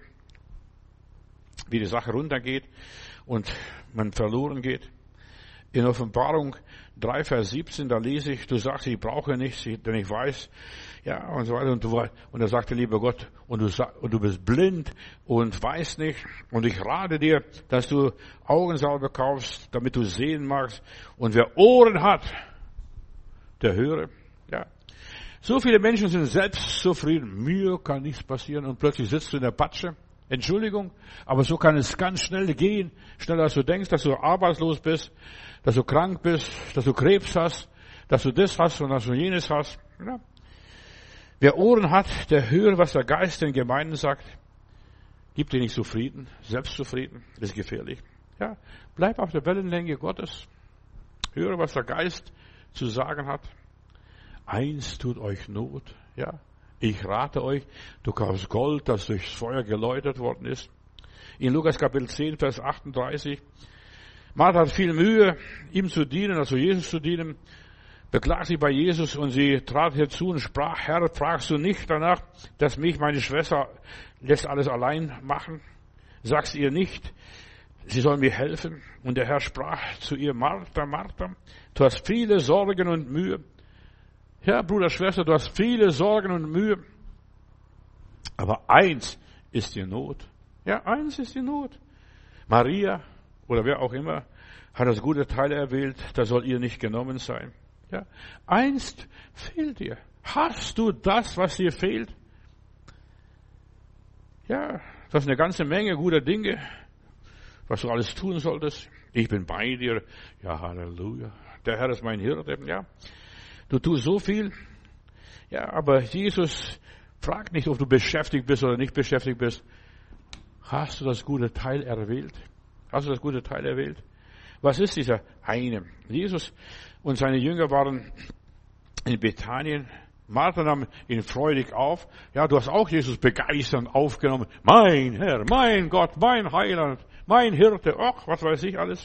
wie die Sache runtergeht und man verloren geht. In Offenbarung 3, Vers 17, da lese ich, du sagst, ich brauche nichts, denn ich weiß, ja, und so weiter. Und da sagt der liebe Gott, und du bist blind und weißt nicht. Und ich rate dir, dass du Augensalbe kaufst, damit du sehen magst. Und wer Ohren hat, der höre. Ja. So viele Menschen sind selbstzufrieden. Mir kann nichts passieren. Und plötzlich sitzt du in der Patsche. Entschuldigung, aber so kann es ganz schnell gehen. Schneller als du denkst, dass du arbeitslos bist, dass du krank bist, dass du Krebs hast, dass du das hast und dass du jenes hast. Ja. Wer Ohren hat, der höre, was der Geist den Gemeinden sagt. Gib dir nicht zufrieden, selbstzufrieden, das ist gefährlich. Ja, bleib auf der Wellenlänge Gottes. Höre, was der Geist zu sagen hat. Eins tut euch Not, ja. Ich rate euch, du kaufst Gold, das durchs Feuer geläutert worden ist. In Lukas Kapitel 10, Vers 38. Martha hat viel Mühe, ihm zu dienen, also Jesus zu dienen, beklagt sich bei Jesus und sie trat herzu und sprach, Herr, fragst du nicht danach, dass mich meine Schwester lässt alles allein machen? Sagst ihr nicht, sie soll mir helfen? Und der Herr sprach zu ihr, Martha, Martha, du hast viele Sorgen und Mühe. Ja, Bruder, Schwester, du hast viele Sorgen und Mühe. Aber eins ist die Not. Ja, eins ist die Not. Maria oder wer auch immer hat das gute Teil erwählt, das soll ihr nicht genommen sein. Ja, eins fehlt dir. Hast du das, was dir fehlt? Ja, das ist eine ganze Menge guter Dinge, was du alles tun solltest. Ich bin bei dir. Ja, Halleluja. Der Herr ist mein Hirte. Ja, du tust so viel. Ja, aber Jesus fragt nicht, ob du beschäftigt bist oder nicht beschäftigt bist. Hast du das gute Teil erwählt? Hast du das gute Teil erwählt? Was ist dieser eine? Jesus und seine Jünger waren in Bethanien. Martha nahm ihn freudig auf. Ja, du hast auch Jesus begeisternd aufgenommen. Mein Herr, mein Gott, mein Heiland, mein Hirte, ach, was weiß ich alles.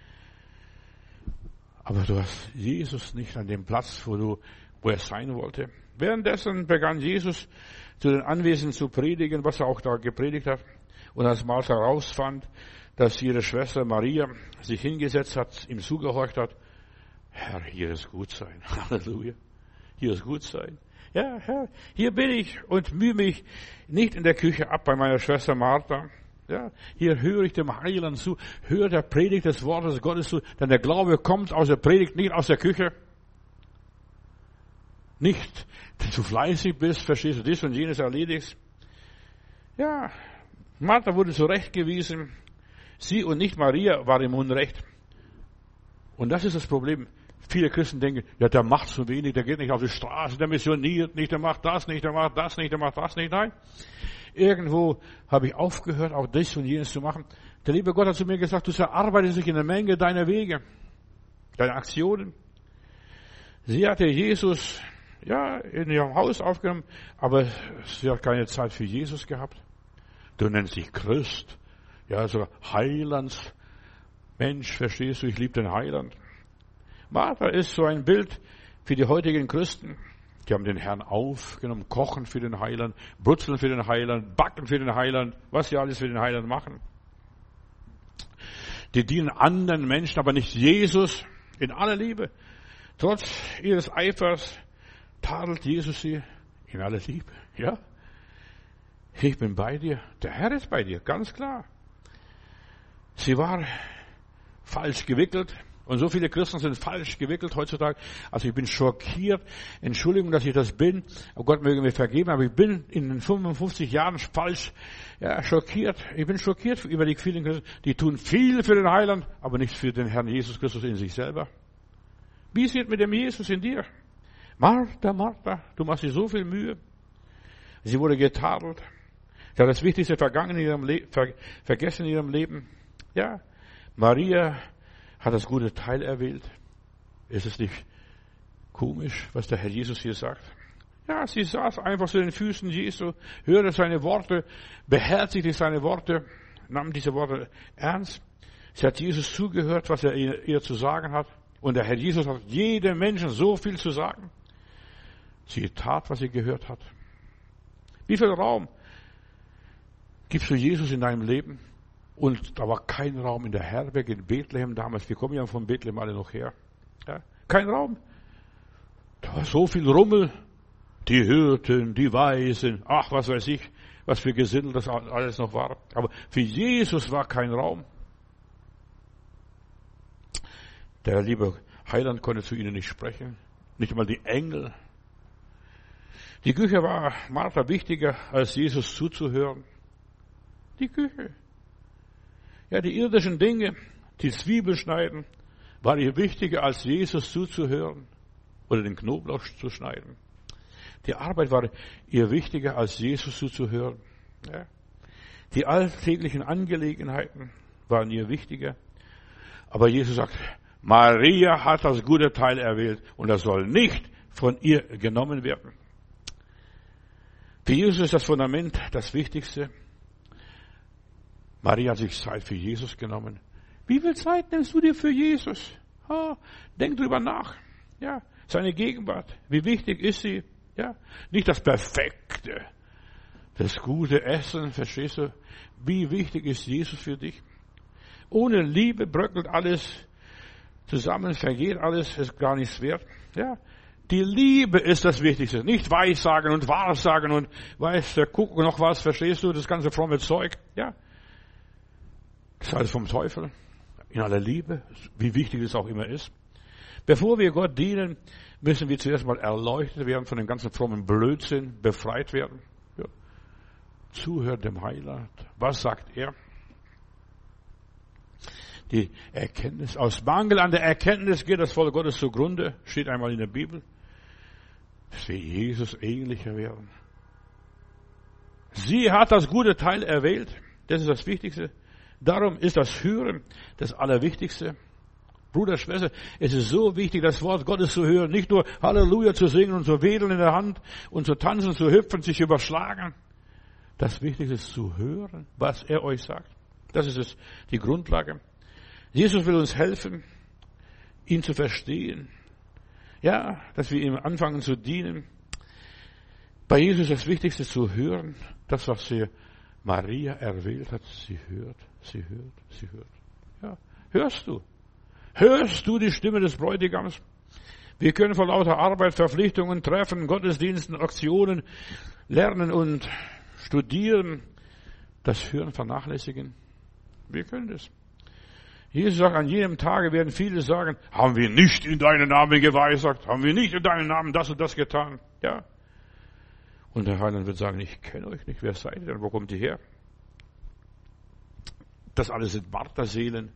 Aber du hast Jesus nicht an dem Platz, wo er sein wollte. Währenddessen begann Jesus zu den Anwesenden zu predigen, was er auch da gepredigt hat. Und als Martha herausfand, dass ihre Schwester Maria sich hingesetzt hat, ihm zugehorcht hat, Herr, hier ist gut sein. Halleluja. Hier ist gut sein. Ja, Herr, hier bin ich und mühe mich nicht in der Küche ab bei meiner Schwester Martha. Ja, hier höre ich dem Heiland zu, höre der Predigt des Wortes Gottes zu, denn der Glaube kommt aus der Predigt, nicht aus der Küche. Nicht, dass du fleißig bist, verstehst du, dies und jenes erledigst. Ja, Martha wurde zurechtgewiesen. Sie und nicht Maria war im Unrecht. Und das ist das Problem. Viele Christen denken, ja, der macht zu wenig, der geht nicht auf die Straße, der missioniert nicht, der macht das nicht, der macht das nicht, der macht das nicht. Nein. Irgendwo habe ich aufgehört, auch das und jenes zu machen. Der liebe Gott hat zu mir gesagt, du erarbeitest dich in der Menge deiner Wege, deiner Aktionen. Sie hatte Jesus, ja, in ihrem Haus aufgenommen, aber sie hat keine Zeit für Jesus gehabt. Du nennst dich Christ, ja, so Heilands Mensch, verstehst du, ich liebe den Heiland. Martha ist so ein Bild für die heutigen Christen. Die haben den Herrn aufgenommen, kochen für den Heiland, brutzeln für den Heiland, backen für den Heiland, was sie alles für den Heiland machen. Die dienen anderen Menschen, aber nicht Jesus in aller Liebe. Trotz ihres Eifers tadelt Jesus sie in aller Liebe. Ja? Ich bin bei dir. Der Herr ist bei dir, ganz klar. Sie war falsch gewickelt. Und so viele Christen sind falsch gewickelt heutzutage. Also ich bin schockiert. Entschuldigung, dass ich das bin. Oh Gott möge mir vergeben, aber ich bin in den 55 Jahren falsch schockiert. Ich bin schockiert über die vielen Christen. Die tun viel für den Heiland, aber nicht für den Herrn Jesus Christus in sich selber. Wie ist es mit dem Jesus in dir? Martha, Martha, du machst dir so viel Mühe. Sie wurde getadelt. Sie hat das Wichtigste vergessen in ihrem Leben. Ja, Maria hat das gute Teil erwählt. Ist es nicht komisch, was der Herr Jesus hier sagt? Ja, sie saß einfach zu den Füßen Jesu, hörte seine Worte, beherzigte seine Worte, nahm diese Worte ernst. Sie hat Jesus zugehört, was er ihr zu sagen hat. Und der Herr Jesus hat jedem Menschen so viel zu sagen. Sie tat, was sie gehört hat. Wie viel Raum gibst du Jesus in deinem Leben? Und da war kein Raum in der Herberge in Bethlehem damals. Wir kommen ja von Bethlehem alle noch her. Ja, kein Raum. Da war so viel Rummel. Die Hirten, die Weisen, ach, was weiß ich, was für Gesindel das alles noch war. Aber für Jesus war kein Raum. Der liebe Heiland konnte zu ihnen nicht sprechen. Nicht einmal die Engel. Die Küche war Martha wichtiger, als Jesus zuzuhören. Die Küche. Ja, die irdischen Dinge, die Zwiebel schneiden, war ihr wichtiger, als Jesus zuzuhören oder den Knoblauch zu schneiden. Die Arbeit war ihr wichtiger, als Jesus zuzuhören. Ja. Die alltäglichen Angelegenheiten waren ihr wichtiger. Aber Jesus sagt, Maria hat das gute Teil erwählt und das soll nicht von ihr genommen werden. Für Jesus ist das Fundament das Wichtigste. Maria hat sich Zeit für Jesus genommen. Wie viel Zeit nimmst du dir für Jesus? Denk drüber nach. Ja, seine Gegenwart. Wie wichtig ist sie? Ja, nicht das Perfekte, das gute Essen, verstehst du? Wie wichtig ist Jesus für dich? Ohne Liebe bröckelt alles zusammen, vergeht alles, ist gar nichts wert. Ja, Die Liebe ist das Wichtigste. Nicht Weissagen und Wahrsagen und weiß der Kuckuck noch was, verstehst du, das ganze fromme Zeug. Ja. Das ist alles vom Teufel. In aller Liebe, wie wichtig es auch immer ist. Bevor wir Gott dienen, müssen wir zuerst mal erleuchtet werden, von dem ganzen frommen Blödsinn befreit werden. Ja. Zuhören dem Heiland. Was sagt er? Die Erkenntnis. Aus Mangel an der Erkenntnis geht das Volk Gottes zugrunde. Steht einmal in der Bibel. Dass wir Jesus ähnlicher werden. Sie hat das gute Teil erwählt. Das ist das Wichtigste. Darum ist das Hören das Allerwichtigste. Bruder, Schwester, es ist so wichtig, das Wort Gottes zu hören. Nicht nur Halleluja zu singen und zu wedeln in der Hand und zu tanzen, zu hüpfen, sich überschlagen. Das Wichtigste ist zu hören, was er euch sagt. Das ist die Grundlage. Jesus will uns helfen, ihn zu verstehen. Ja, dass wir ihm anfangen zu dienen. Bei Jesus ist das Wichtigste zu hören. Das, was Maria erwählt hat. Sie hört, sie hört, sie hört. Ja, hörst du? Hörst du die Stimme des Bräutigams? Wir können vor lauter Arbeit, Verpflichtungen, Treffen, Gottesdiensten, Aktionen lernen und studieren, das Hören vernachlässigen. Wir können das. Jesus sagt, an jedem Tage werden viele sagen, haben wir nicht in deinen Namen geweissagt, haben wir nicht in deinen Namen das und das getan. Ja. Und der Heiland wird sagen, ich kenne euch nicht, wer seid ihr denn, wo kommt ihr her? Das alles sind Marterseelen.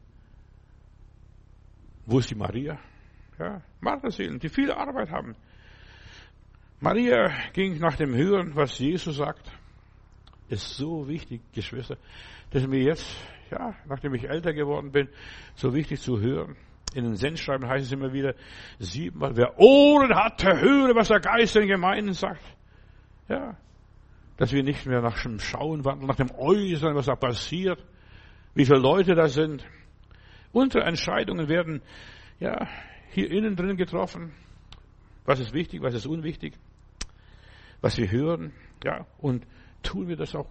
Wo ist die Maria? Ja, Marterseelen, die viel Arbeit haben. Maria ging nach dem Hören, was Jesus sagt. Ist so wichtig, Geschwister, dass mir jetzt, ja, nachdem ich älter geworden bin, so wichtig zu hören. In den Sendschreiben heißt es immer wieder 7-mal, wer Ohren hat, der höre, was der Geist den Gemeinden sagt. Ja, dass wir nicht mehr nach dem Schauen wandeln, nach dem Äußeren, was da passiert, wie viele Leute da sind. Unsere Entscheidungen werden, ja, hier innen drin getroffen. Was ist wichtig, was ist unwichtig, was wir hören, ja, und tun wir das auch.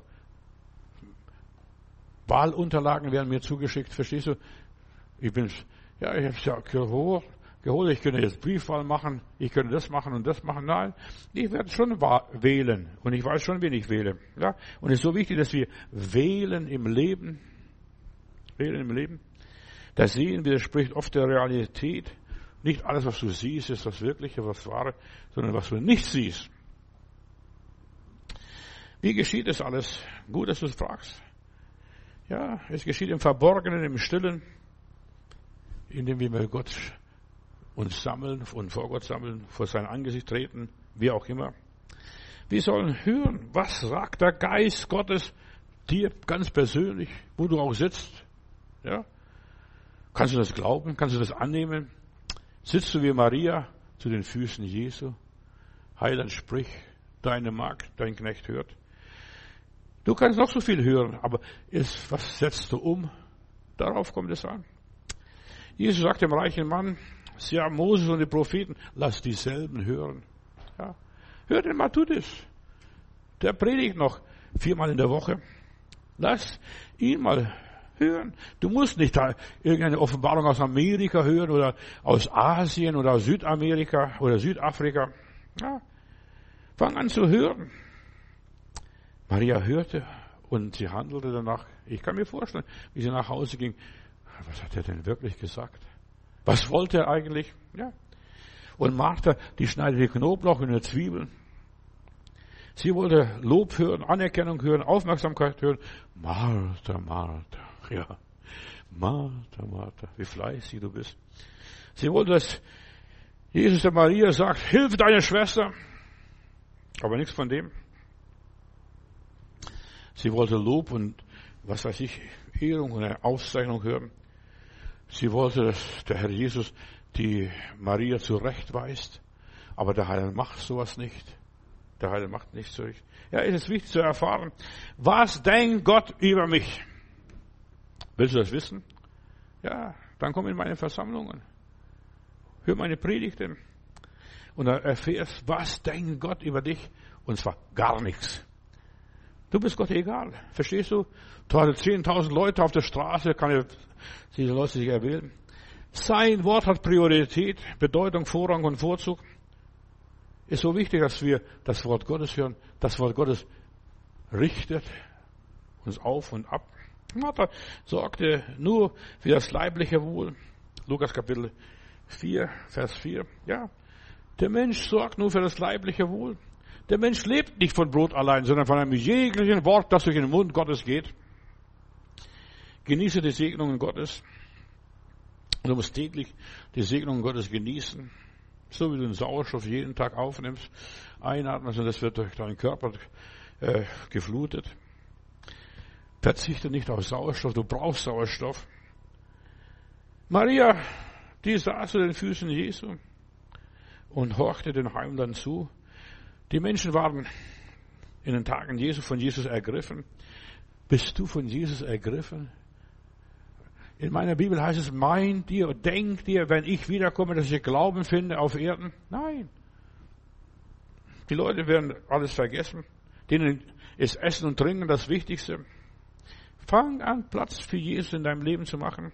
Wahlunterlagen werden mir zugeschickt, verstehst du? Ich habe es ja geholt, ich könnte jetzt Briefwahl machen, ich könnte das machen und das machen. Nein, ich werde schon wählen und ich weiß schon, wen ich wähle. Ja? Und es ist so wichtig, dass wir wählen im Leben. Wählen im Leben. Das Sehen widerspricht oft der Realität. Nicht alles, was du siehst, ist das Wirkliche, was Wahre, sondern was du nicht siehst. Wie geschieht das alles? Gut, dass du es fragst. Ja, es geschieht im Verborgenen, im Stillen, indem wir mit Gott uns sammeln und vor Gott sammeln, vor sein Angesicht treten, wie auch immer. Wir sollen hören, was sagt der Geist Gottes dir ganz persönlich, wo du auch sitzt. Ja? Kannst du das glauben? Kannst du das annehmen? Sitzt du wie Maria zu den Füßen Jesu? Heiland, sprich, deine Magd, dein Knecht hört. Du kannst noch so viel hören, aber was setzt du um? Darauf kommt es an. Jesus sagt dem reichen Mann, ja, Moses und die Propheten, lass dieselben hören. Ja. Hör den Matthäus. Der predigt noch 4-mal in der Woche. Lass ihn mal hören. Du musst nicht da irgendeine Offenbarung aus Amerika hören oder aus Asien oder aus Südamerika oder Südafrika. Ja. Fang an zu hören. Maria hörte und sie handelte danach. Ich kann mir vorstellen, wie sie nach Hause ging. Was hat er denn wirklich gesagt? Was wollte er eigentlich? Ja. Und Martha, die schneidete Knoblauch und eine Zwiebel. Sie wollte Lob hören, Anerkennung hören, Aufmerksamkeit hören. Martha, Martha, ja. Martha, Martha, wie fleißig du bist. Sie wollte, dass Jesus der Maria sagt, hilf deiner Schwester. Aber nichts von dem. Sie wollte Lob und, was weiß ich, Ehrung und eine Auszeichnung hören. Sie wollte, dass der Herr Jesus die Maria zurechtweist. Aber der Heiland macht sowas nicht. Der Heiland macht nichts so. Ja, es ist wichtig zu erfahren, was denkt Gott über mich? Willst du das wissen? Ja, dann komm in meine Versammlungen. Hör meine Predigten. Und dann erfährst, was denkt Gott über dich? Und zwar gar nichts. Du bist Gott egal. Verstehst du? Du hast 10.000 Leute auf der Straße, kann er diese Leute sich erwählen. Sein Wort hat Priorität, Bedeutung, Vorrang und Vorzug. Ist so wichtig, dass wir das Wort Gottes hören. Das Wort Gottes richtet uns auf und ab. Vater sorgte nur für das leibliche Wohl. Lukas Kapitel 4, Vers 4. Ja, der Mensch sorgt nur für das leibliche Wohl. Der Mensch lebt nicht von Brot allein, sondern von einem jeglichen Wort, das durch den Mund Gottes geht. Genieße die Segnungen Gottes. Du musst täglich die Segnungen Gottes genießen. So wie du den Sauerstoff jeden Tag aufnimmst, einatmest und das wird durch deinen Körper geflutet. Verzichte nicht auf Sauerstoff, du brauchst Sauerstoff. Maria, die saß zu den Füßen Jesu und horchte den Heimlern zu. Die Menschen waren in den Tagen Jesu von Jesus ergriffen. Bist du von Jesus ergriffen? In meiner Bibel heißt es, meint dir und denkt dir, wenn ich wiederkomme, dass ich Glauben finde auf Erden? Nein. Die Leute werden alles vergessen. Denen ist Essen und Trinken das Wichtigste. Fang an, Platz für Jesus in deinem Leben zu machen.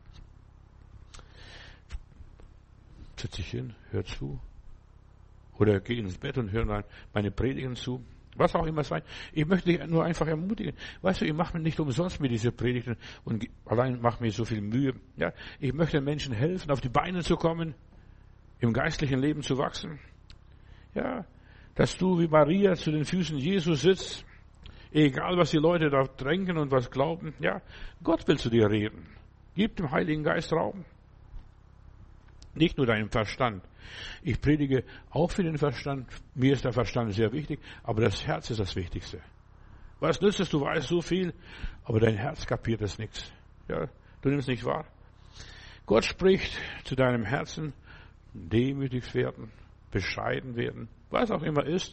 Setz dich hin, hör zu. Oder geh ins Bett und hör meine Predigen zu. Was auch immer sein. Ich möchte dich nur einfach ermutigen. Weißt du, ich mache mir nicht umsonst mit diese Predigten und allein mache mir so viel Mühe. Ja, ich möchte Menschen helfen, auf die Beine zu kommen, im geistlichen Leben zu wachsen. Ja, dass du wie Maria zu den Füßen Jesus sitzt, egal was die Leute da denken und was glauben. Ja, Gott will zu dir reden. Gib dem Heiligen Geist Raum. Nicht nur deinem Verstand. Ich predige auch für den Verstand. Mir ist der Verstand sehr wichtig, aber das Herz ist das Wichtigste. Was nützt es, du weißt so viel, aber dein Herz kapiert es nichts. Ja, du nimmst nicht wahr. Gott spricht zu deinem Herzen, demütig werden, bescheiden werden, was auch immer ist.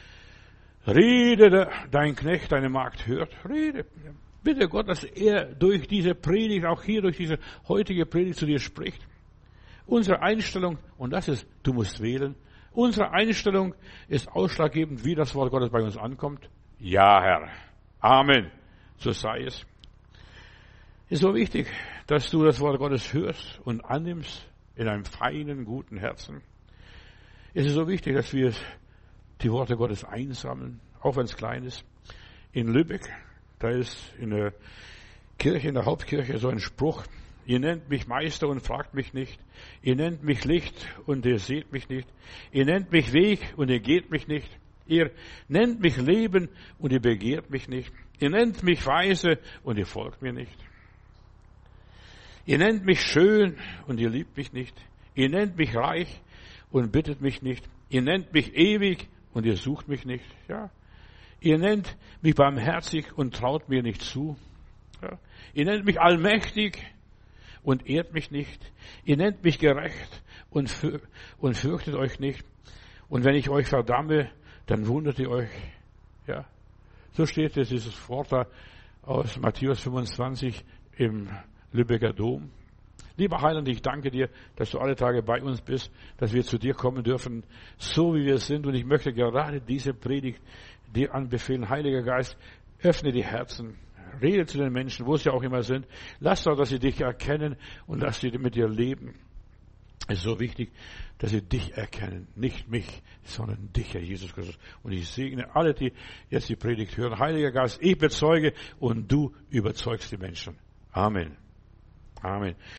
Rede, dein Knecht, deine Magd hört. Rede. Bitte Gott, dass er durch diese Predigt, auch hier durch diese heutige Predigt zu dir spricht. Unsere Einstellung, und das ist, du musst wählen, unsere Einstellung ist ausschlaggebend, wie das Wort Gottes bei uns ankommt. Ja, Herr. Amen. So sei es. Ist so wichtig, dass du das Wort Gottes hörst und annimmst in einem feinen, guten Herzen. Es ist so wichtig, dass wir die Worte Gottes einsammeln, auch wenn es klein ist. In Lübeck, da ist in der Kirche, in der Hauptkirche so ein Spruch: Ihr nennt mich Meister und fragt mich nicht. Ihr nennt mich Licht und ihr seht mich nicht. Ihr nennt mich Weg und ihr geht mich nicht. Ihr nennt mich Leben und ihr begehrt mich nicht. Ihr nennt mich Weise und ihr folgt mir nicht. Ihr nennt mich schön und ihr liebt mich nicht. Ihr nennt mich reich und bittet mich nicht. Ihr nennt mich ewig und ihr sucht mich nicht. Ja. Ihr nennt mich barmherzig und traut mir nicht zu. Ja. Ihr nennt mich allmächtig und ehrt mich nicht. Ihr nennt mich gerecht und fürchtet euch nicht. Und wenn ich euch verdamme, dann wundert ihr euch. Ja. So steht es, dieses Wort da aus Matthäus 25 im Lübecker Dom. Lieber Heiland, ich danke dir, dass du alle Tage bei uns bist, dass wir zu dir kommen dürfen, so wie wir sind. Und ich möchte gerade diese Predigt dir anbefehlen. Heiliger Geist, öffne die Herzen. Rede zu den Menschen, wo sie auch immer sind. Lass doch, dass sie dich erkennen und lass sie mit dir leben. Es ist so wichtig, dass sie dich erkennen. Nicht mich, sondern dich, Herr Jesus Christus. Und ich segne alle, die jetzt die Predigt hören. Heiliger Geist, ich bezeuge und du überzeugst die Menschen. Amen. Amen.